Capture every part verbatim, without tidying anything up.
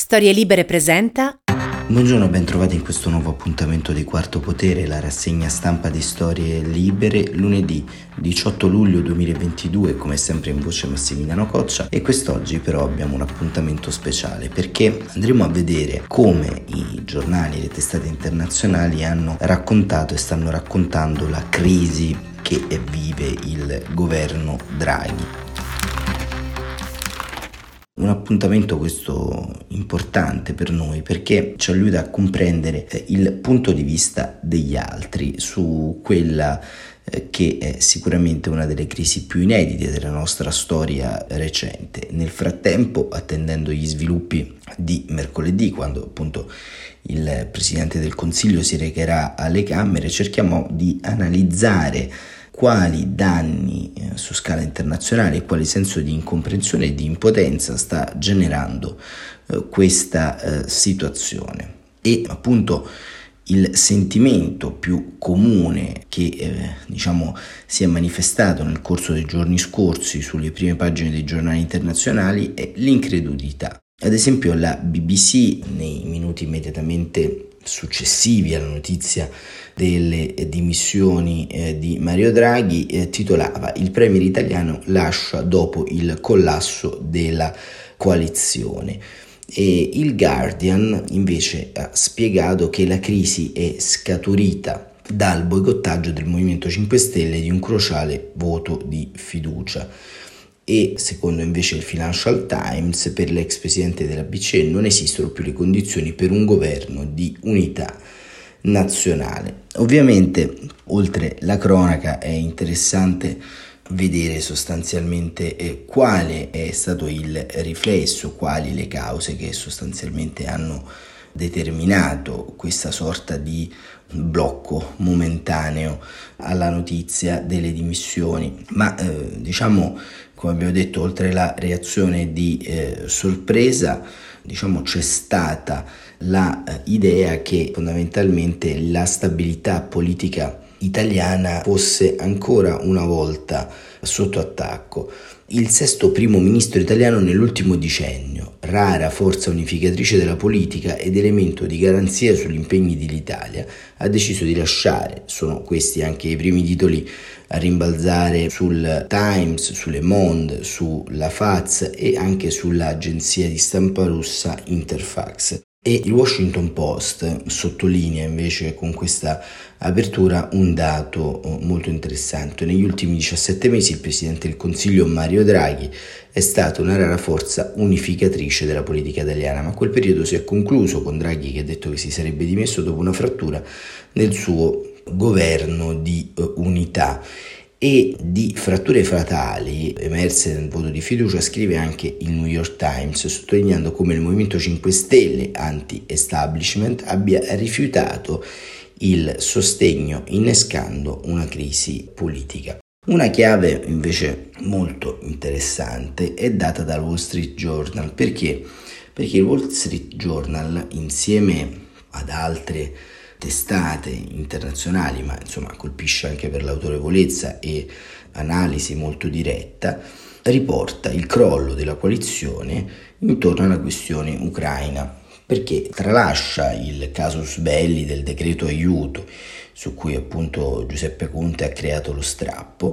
Storie Libere presenta. Buongiorno, ben trovati in questo nuovo appuntamento di Quarto Potere, la rassegna stampa di Storie Libere, lunedì diciotto luglio duemilaventidue, come sempre in voce Massimiliano Coccia, e quest'oggi però abbiamo un appuntamento speciale perché andremo a vedere come i giornali e le testate internazionali hanno raccontato e stanno raccontando la crisi che vive il governo Draghi. Un appuntamento questo importante per noi perché ci aiuta a comprendere il punto di vista degli altri su quella che è sicuramente una delle crisi più inedite della nostra storia recente. Nel frattempo, attendendo gli sviluppi di mercoledì, quando appunto il Presidente del Consiglio si recherà alle Camere, cerchiamo di analizzare quali danni eh, su scala internazionale e quale senso di incomprensione e di impotenza sta generando eh, questa eh, situazione. E appunto il sentimento più comune che eh, diciamo si è manifestato nel corso dei giorni scorsi sulle prime pagine dei giornali internazionali è l'incredulità. Ad esempio la B B C, nei minuti immediatamente successivi alla notizia delle dimissioni eh, di Mario Draghi, eh, titolava "Il premier italiano lascia dopo il collasso della coalizione". E il Guardian invece ha spiegato che la crisi è scaturita dal boicottaggio del Movimento cinque Stelle di un cruciale voto di fiducia. E secondo invece il Financial Times, per l'ex presidente della B C E non esistono più le condizioni per un governo di unità nazionale. Ovviamente, oltre la cronaca, è interessante vedere sostanzialmente eh, quale è stato il riflesso, quali le cause che sostanzialmente hanno determinato questa sorta di blocco momentaneo alla notizia delle dimissioni. Ma eh, diciamo, come abbiamo detto, oltre la reazione di eh, sorpresa, diciamo c'è stata la eh, idea che fondamentalmente la stabilità politica italiana fosse ancora una volta sotto attacco. Il sesto primo ministro italiano nell'ultimo decennio, rara forza unificatrice della politica ed elemento di garanzia sugli impegni dell'Italia, ha deciso di lasciare. Sono questi anche i primi titoli a rimbalzare sul Times, su Le Monde, sulla Faz e anche sull'agenzia di stampa russa Interfax. E il Washington Post sottolinea invece con questa apertura un dato molto interessante. Negli ultimi diciassette mesi il Presidente del Consiglio Mario Draghi è stato una rara forza unificatrice della politica italiana, ma quel periodo si è concluso con Draghi che ha detto che si sarebbe dimesso dopo una frattura nel suo governo di uh, unità. E di fratture fatali emerse nel voto di fiducia scrive anche il New York Times, sottolineando come il Movimento cinque Stelle anti-establishment abbia rifiutato il sostegno, innescando una crisi politica. Una chiave invece molto interessante è data dal Wall Street Journal. Perché? Perché il Wall Street Journal, insieme ad altre testate internazionali, ma insomma colpisce anche per l'autorevolezza e analisi molto diretta, riporta il crollo della coalizione intorno alla questione ucraina, perché tralascia il casus belli del decreto aiuto su cui appunto Giuseppe Conte ha creato lo strappo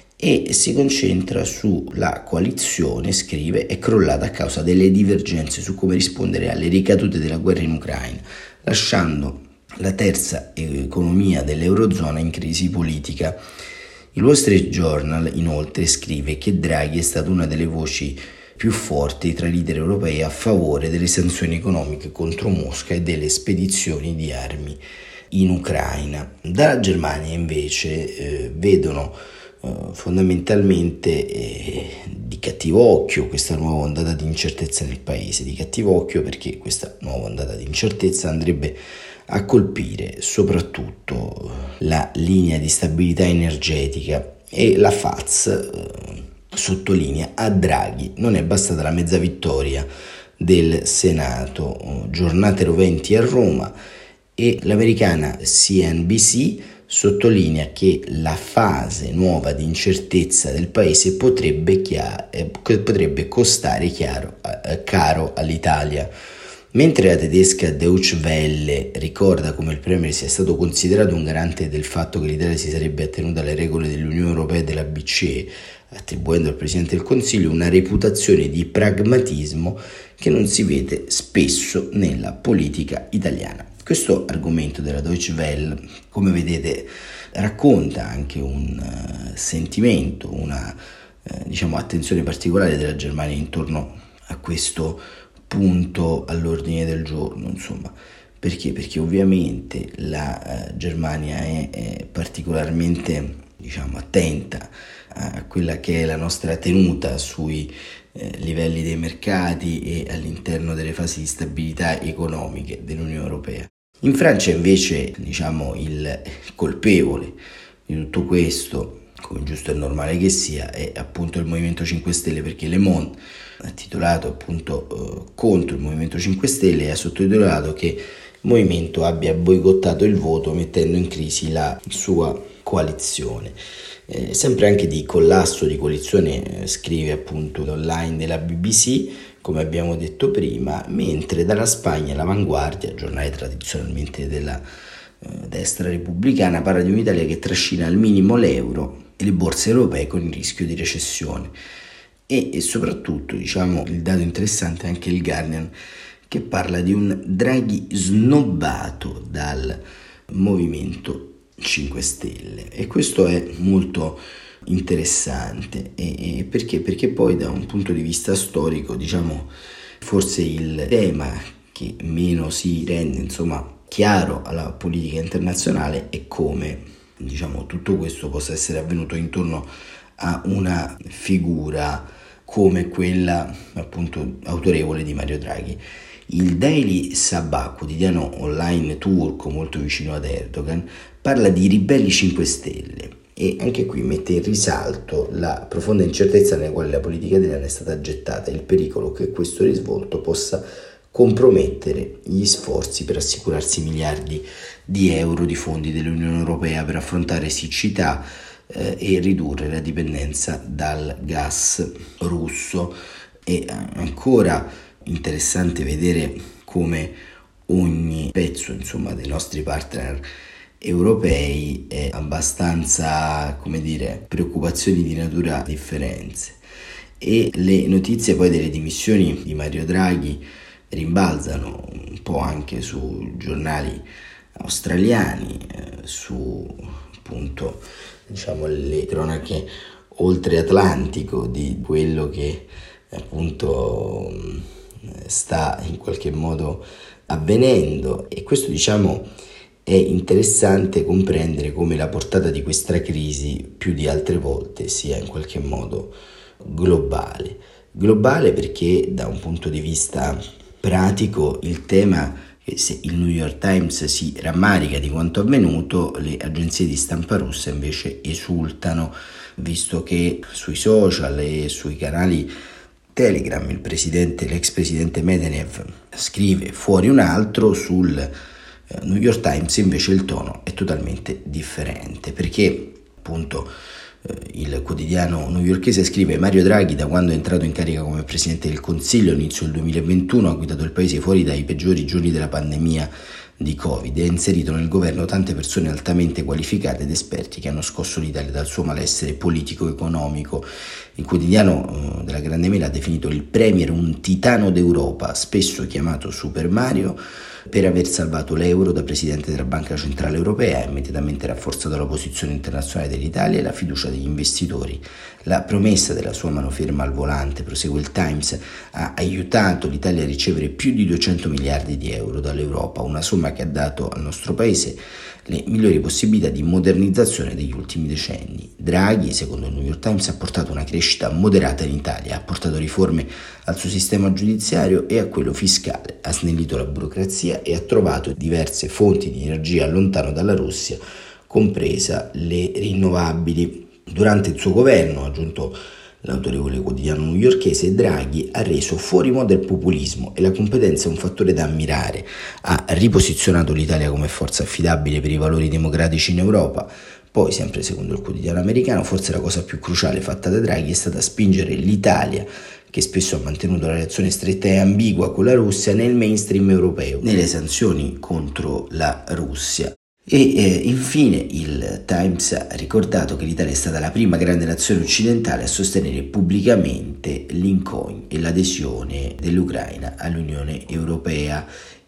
e si concentra sulla coalizione. Scrive: è crollata a causa delle divergenze su come rispondere alle ricadute della guerra in Ucraina, lasciando la terza economia dell'Eurozona in crisi politica. Il Wall Street Journal inoltre scrive che Draghi è stata una delle voci più forti tra i leader europei a favore delle sanzioni economiche contro Mosca e delle spedizioni di armi in Ucraina. Dalla Germania invece eh, vedono eh, fondamentalmente eh, di cattivo occhio questa nuova ondata di incertezza nel paese, di cattivo occhio perché questa nuova ondata di incertezza andrebbe a colpire soprattutto la linea di stabilità energetica. E la Faz eh, sottolinea: a Draghi non è bastata la mezza vittoria del Senato, giornate roventi a Roma. E l'americana C N B C sottolinea che la fase nuova di incertezza del paese potrebbe, chia- eh, potrebbe costare chiaro, eh, caro all'Italia. Mentre la tedesca Deutsche Welle ricorda come il Premier sia stato considerato un garante del fatto che l'Italia si sarebbe attenuta alle regole dell'Unione Europea e della B C E, attribuendo al Presidente del Consiglio una reputazione di pragmatismo che non si vede spesso nella politica italiana. Questo argomento della Deutsche Welle, come vedete, racconta anche un uh, sentimento, una uh, diciamo attenzione particolare della Germania intorno a questo punto all'ordine del giorno, insomma. Perché? Perché ovviamente la uh, Germania è, è particolarmente, diciamo, attenta a quella che è la nostra tenuta sui eh, livelli dei mercati e all'interno delle fasi di stabilità economiche dell'Unione Europea. In Francia invece, diciamo, il colpevole di tutto questo, come giusto e normale che sia, è appunto il Movimento cinque Stelle, perché Le Monde ha titolato appunto eh, contro il Movimento cinque Stelle e ha sottotitolato che il movimento abbia boicottato il voto mettendo in crisi la sua coalizione. Eh, sempre anche di collasso di coalizione eh, scrive appunto online della B B C, come abbiamo detto prima, mentre dalla Spagna l'Avanguardia, giornale tradizionalmente della eh, destra repubblicana, parla di un'Italia che trascina al minimo l'euro e le borse europee con il rischio di recessione. E, e soprattutto, diciamo, il dato interessante è anche il Guardian, che parla di un Draghi snobbato dal Movimento cinque Stelle, e questo è molto interessante. E, e perché? Perché poi da un punto di vista storico, diciamo, forse il tema che meno si rende, insomma, chiaro alla politica internazionale è come, diciamo, tutto questo possa essere avvenuto intorno a una figura come quella appunto autorevole di Mario Draghi. Il Daily Sabah, quotidiano online turco molto vicino ad Erdogan, parla di ribelli cinque Stelle e anche qui mette in risalto la profonda incertezza nella quale la politica italiana è stata gettata e il pericolo che questo risvolto possa compromettere gli sforzi per assicurarsi miliardi di euro di fondi dell'Unione Europea per affrontare siccità eh, e ridurre la dipendenza dal gas russo. E ancora interessante vedere come ogni pezzo, insomma, dei nostri partner europei è abbastanza, come dire, preoccupazioni di natura differenze, e le notizie poi delle dimissioni di Mario Draghi rimbalzano un po' anche su giornali australiani, eh, su appunto, diciamo, le cronache oltre Atlantico di quello che appunto sta in qualche modo avvenendo. E questo, diciamo, è interessante comprendere come la portata di questa crisi più di altre volte sia in qualche modo globale. Globale perché da un punto di vista pratico il tema, che se il New York Times si rammarica di quanto avvenuto, le agenzie di stampa russe invece esultano, visto che sui social e sui canali Telegram il presidente, l'ex presidente Medvedev scrive fuori un altro, sul eh, New York Times invece il tono è totalmente differente, perché appunto eh, il quotidiano newyorkese scrive: Mario Draghi, da quando è entrato in carica come presidente del Consiglio inizio del duemilaventuno, ha guidato il paese fuori dai peggiori giorni della pandemia di Covid e ha inserito nel governo tante persone altamente qualificate ed esperti che hanno scosso l'Italia dal suo malessere politico-economico. Il quotidiano uh, della Grande Mela ha definito il Premier un titano d'Europa, spesso chiamato Super Mario, per aver salvato l'euro da presidente della Banca Centrale Europea e immediatamente rafforzato la posizione internazionale dell'Italia e la fiducia degli investitori. La promessa della sua mano ferma al volante, prosegue il Times, ha aiutato l'Italia a ricevere più di duecento miliardi di euro dall'Europa, una somma che ha dato al nostro paese le migliori possibilità di modernizzazione degli ultimi decenni. Draghi, secondo il New York Times, ha portato una crescita moderata in Italia, ha portato riforme al suo sistema giudiziario e a quello fiscale, ha snellito la burocrazia e ha trovato diverse fonti di energia lontano dalla Russia, compresa le rinnovabili. Durante il suo governo, ha aggiunto l'autorevole quotidiano newyorkese, Draghi ha reso fuori moda il populismo e la competenza è un fattore da ammirare. Ha riposizionato l'Italia come forza affidabile per i valori democratici in Europa. Poi, sempre secondo il quotidiano americano, forse la cosa più cruciale fatta da Draghi è stata spingere l'Italia, che spesso ha mantenuto una relazione stretta e ambigua con la Russia nel mainstream europeo, nelle sanzioni contro la Russia. E eh, infine il Times ha ricordato che l'Italia è stata la prima grande nazione occidentale a sostenere pubblicamente l'incognito e l'adesione dell'Ucraina all'Unione Europea.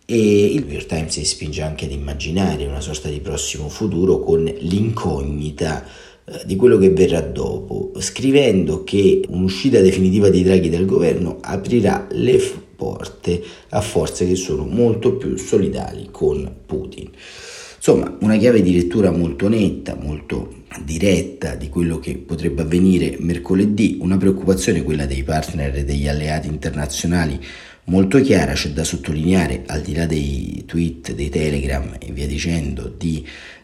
E il New York Times si spinge anche ad immaginare una sorta di prossimo futuro con l'incognita eh, di quello che verrà dopo, scrivendo che un'uscita definitiva di Draghi dal governo aprirà le porte a forze che sono molto più solidali con Putin. Insomma, una chiave di lettura molto netta, molto diretta di quello che potrebbe avvenire mercoledì, una preoccupazione, quella dei partner e degli alleati internazionali, molto chiara. C'è da sottolineare, al di là dei tweet, dei telegram e via dicendo di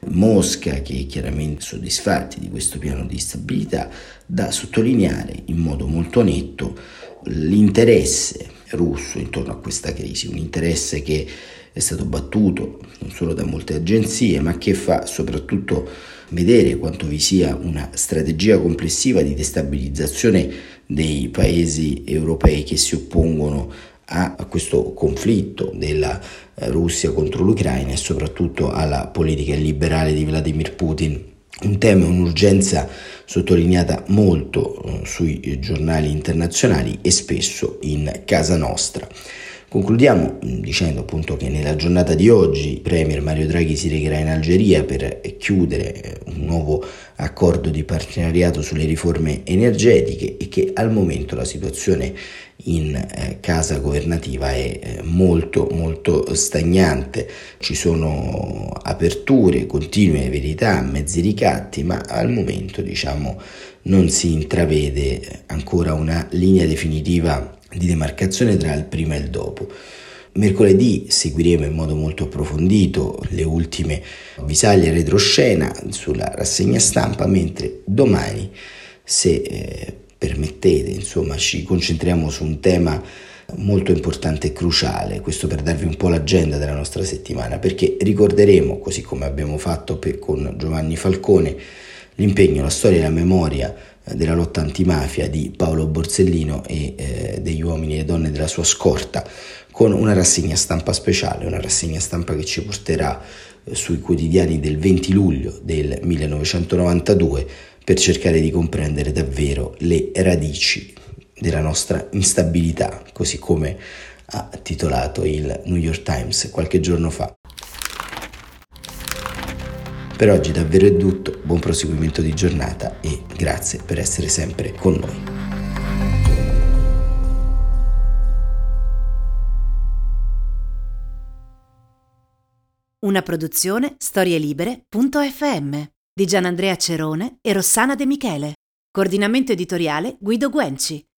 Mosca, che è chiaramente soddisfatti di questo piano di stabilità, da sottolineare in modo molto netto l'interesse russo intorno a questa crisi, un interesse che è stato battuto non solo da molte agenzie, ma che fa soprattutto vedere quanto vi sia una strategia complessiva di destabilizzazione dei paesi europei che si oppongono a questo conflitto della Russia contro l'Ucraina e soprattutto alla politica illiberale di Vladimir Putin. Un tema e un'urgenza sottolineata molto sui giornali internazionali e spesso in casa nostra. Concludiamo dicendo appunto che nella giornata di oggi il Premier Mario Draghi si recherà in Algeria per chiudere un nuovo accordo di partenariato sulle riforme energetiche e che al momento la situazione in eh, casa governativa è eh, molto molto stagnante. Ci sono aperture continue, verità, mezzi ricatti, ma al momento diciamo non si intravede ancora una linea definitiva di demarcazione tra il prima e il dopo. Mercoledì seguiremo in modo molto approfondito le ultime avvisaglie retroscena sulla rassegna stampa, mentre domani, se eh, permettete, insomma, ci concentriamo su un tema molto importante e cruciale, questo per darvi un po' l'agenda della nostra settimana, perché ricorderemo, così come abbiamo fatto per, con Giovanni Falcone, l'impegno, la storia e la memoria della lotta antimafia di Paolo Borsellino e eh, degli uomini e donne della sua scorta, con una rassegna stampa speciale, una rassegna stampa che ci porterà eh, sui quotidiani del venti luglio del millenovecentonovantadue per cercare di comprendere davvero le radici della nostra instabilità, così come ha titolato il New York Times qualche giorno fa. Per oggi davvero è tutto, buon proseguimento di giornata e grazie per essere sempre con noi. Una produzione storielibere punto effe emme di Gianandrea Cerone e Rossana De Michele. Coordinamento editoriale Guido Guenci.